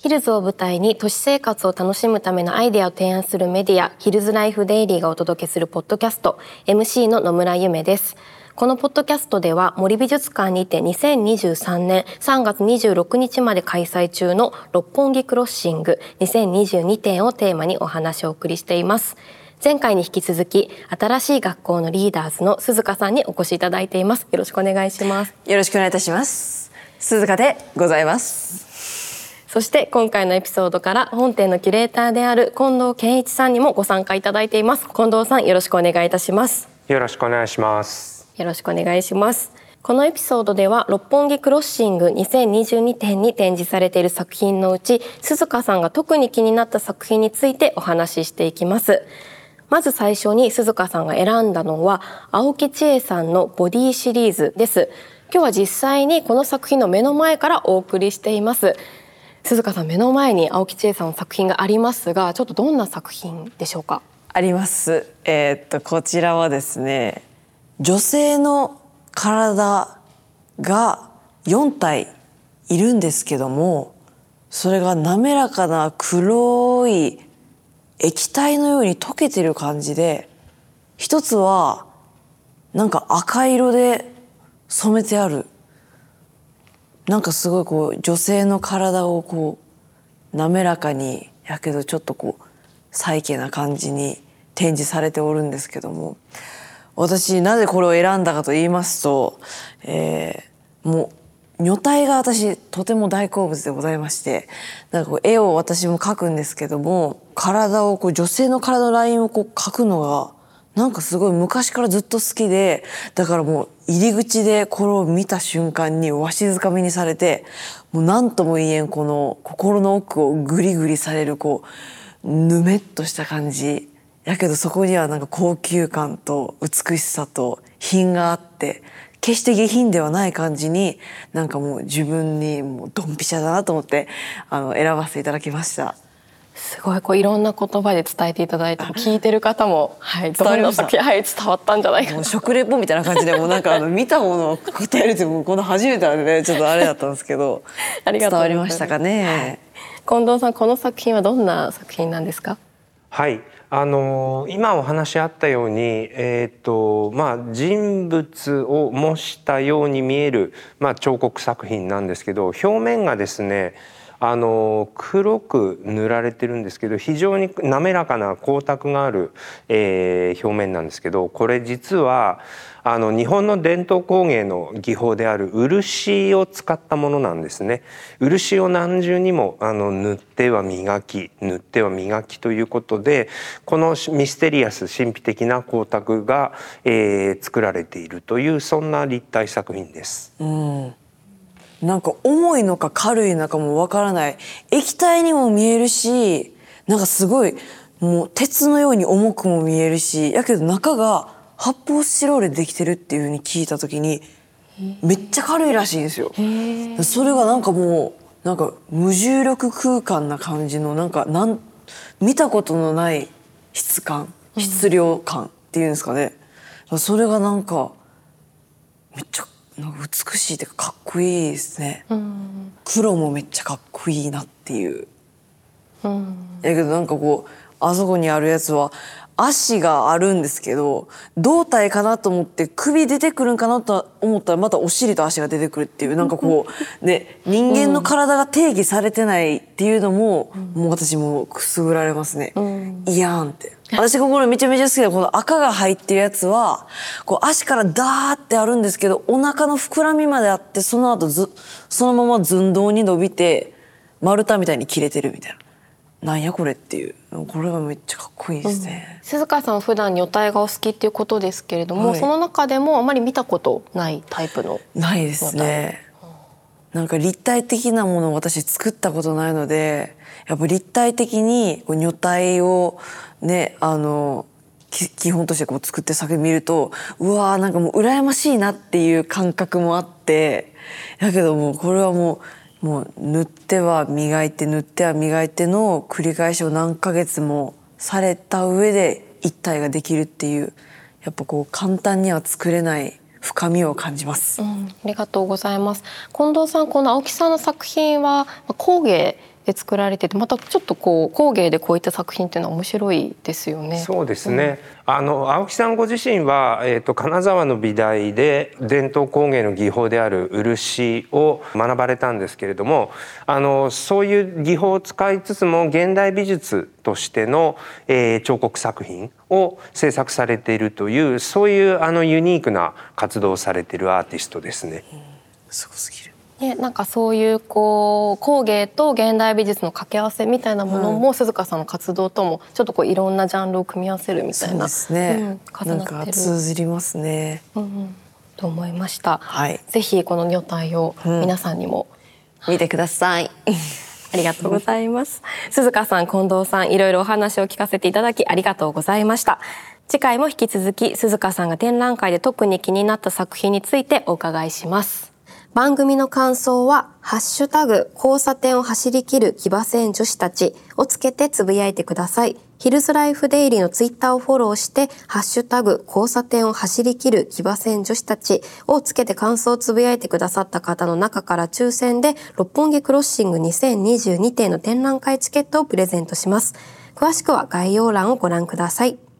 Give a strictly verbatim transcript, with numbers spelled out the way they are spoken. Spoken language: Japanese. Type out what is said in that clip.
ルズを舞台に都市生活を楽しむためのアイデアを提案するメディアヒルズライフデイリーがお届けするポッドキャスト エムシー の野村ゆめです。このポッドキャストでは森美術館にてにせんにじゅうさんねんさんがつにじゅうろくにちまで開催中の六本木クロッシングにせんにじゅうにてんをテーマにお話をお送りしています。前回に引き続き新しい学校のリーダーズの鈴鹿さんにお越しいただいています。よろしくお願いします。 よろしくお願いいたします。鈴鹿でございます。 そして今回のエピソードから本店のキュレーターである近藤健一さんにもご参加いただいています。近藤さん、よろしくお願いいたします。 よろしくお願いします。 よろしくお願いします。このエピソードでは六本木クロッシングにせんにじゅうにてんに展示されている作品のうち、鈴鹿さんが特に気になった作品についてお話ししていきます。まず最初に鈴鹿さんが選んだのは青木千恵さんのボディシリーズです。今日は実際にこの作品の目の前からお送りしています。鈴鹿さん、目の前に青木千恵さんの作品がありますが、ちょっとどんな作品でしょうか？ あります。えー、っとこちらはですね、女性の体がよんたいいるんですけども、それが滑らかな黒い液体のように溶けてる感じで、一つはなんか赤色で染めてある、なんかすごいこう女性の体をこう滑らかにやけどちょっとこうサイケな感じに展示されておるんですけども、私なぜこれを選んだかと言いますと、えー、もう女体が私とても大好物でございまして、なんかこう絵を私も描くんですけども、体をこう女性の体のラインをこう描くのがなんかすごい昔からずっと好きで、だからもう入り口でこれを見た瞬間にわしづかみにされて、もう何とも言えんこの心の奥をグリグリされるこうぬめっとした感じやけど、そこにはなんか高級感と美しさと品があって、決して下品ではない感じに、なんかもう自分にもうドンピシャだなと思ってあの選ばせていただきました。 すごいこういろんな言葉で伝えていただいて、聞いてる方も、はい、伝わりました。はい、伝わったんじゃないかな。 もう食レポみたいな感じでもうなんかあの見たものを答えるってもうこの初めてなんでね、ちょっとあれだったんですけどありがとうございます。 伝わりましたかね。 近藤さん、この作品はどんな作品なんですか？ はい、あのー、今お話あったように、えーとまあ、人物を模したように見える、まあ、彫刻作品なんですけど、表面がですね、あの黒く塗られてるんですけど、非常に滑らかな光沢がある、えー、表面なんですけど、これ実はあの日本の伝統工芸の技法である漆を使ったものなんですね。漆を何重にもあの塗っては磨き塗っては磨きということで、このミステリアス神秘的な光沢が、えー、作られているという、そんな立体作品です。 うん、なんか重いのか軽いのかもわからない液体にも見えるし、なんかすごいもう鉄のように重くも見えるし、やけど中が発泡スチロールでできてるっていう風に聞いた時にめっちゃ軽いらしいんですよ。それがなんかもうなんか無重力空間な感じの、なんかなん見たことのない質感質量感っていうんですかね。それがなんかめっちゃなんか美しいっていうかかっこいいですね。うん、黒もめっちゃかっこいいなっていう。うん、やけどなんかこうあそこにあるやつは足があるんですけど、胴体かなと思って首出てくるんかなと思ったらまたお尻と足が出てくるっていう、なんかこうね、人間の体が定義されてないっていうのも、うん、もう私もくすぐられますね。うん、いやんって。私がこれめちゃめちゃ好きで、この赤が入ってるやつはこう足からダーってあるんですけど、お腹の膨らみまであって、その後ずそのまま寸胴に伸びて丸太みたいに切れてるみたいな。なんやこれっていう、これがめっちゃかっこいいですね。 うん、鈴鹿さん普段女体がお好きっていうことですけれども、はい、その中でもあまり見たことないタイプのないですね。なんか立体的なものを私作ったことないので、やっぱ立体的に女体をね、あの基本としてこう作って作品見ると、うわーなんかもう羨ましいなっていう感覚もあって、だけどもうこれはもうもう塗っては磨いて塗っては磨いての繰り返しを何ヶ月もされた上で一体ができるっていう、やっぱこう簡単には作れない深みを感じます。 うん、ありがとうございます。近藤さん、この青木さんの作品は工芸で作られてて、またちょっとこう工芸でこういった作品っていうのは面白いですよね。 そうですね、うん、あの青木さんご自身は、えーと、金沢の美大で伝統工芸の技法である漆を学ばれたんですけれども、あのそういう技法を使いつつも現代美術としての、えー、彫刻作品を制作されているという、そういうあのユニークな活動をされているアーティストですね。 うん、すごすぎる。 ね、なんかそういうこう工芸と現代美術の掛け合わせみたいなものも、はい、鈴鹿さんの活動ともちょっとこういろんなジャンルを組み合わせるみたいな、 そうですね、 うん、 なんか通じりますね、 うんうん、と思いました、 はい、 ぜひこの女体を皆さんにも、 うん、見てくださいありがとうございます鈴鹿さん、近藤さん、いろいろお話を聞かせていただきありがとうございました。次回も引き続き鈴鹿さんが展覧会で特に気になった作品についてお伺いします。番組の感想はハッシュタグ交差点を走り切る騎馬戦女子たちをつけてつぶやいてください。ヒルズライフデイリーのツイッターをフォローしてハッシュタグ交差点を走り切る騎馬戦女子たちをつけて感想をつぶやいてくださった方の中から抽選で六本木クロッシングにせんにじゅうに展の展覧会チケットをプレゼントします。詳しくは概要欄をご覧ください。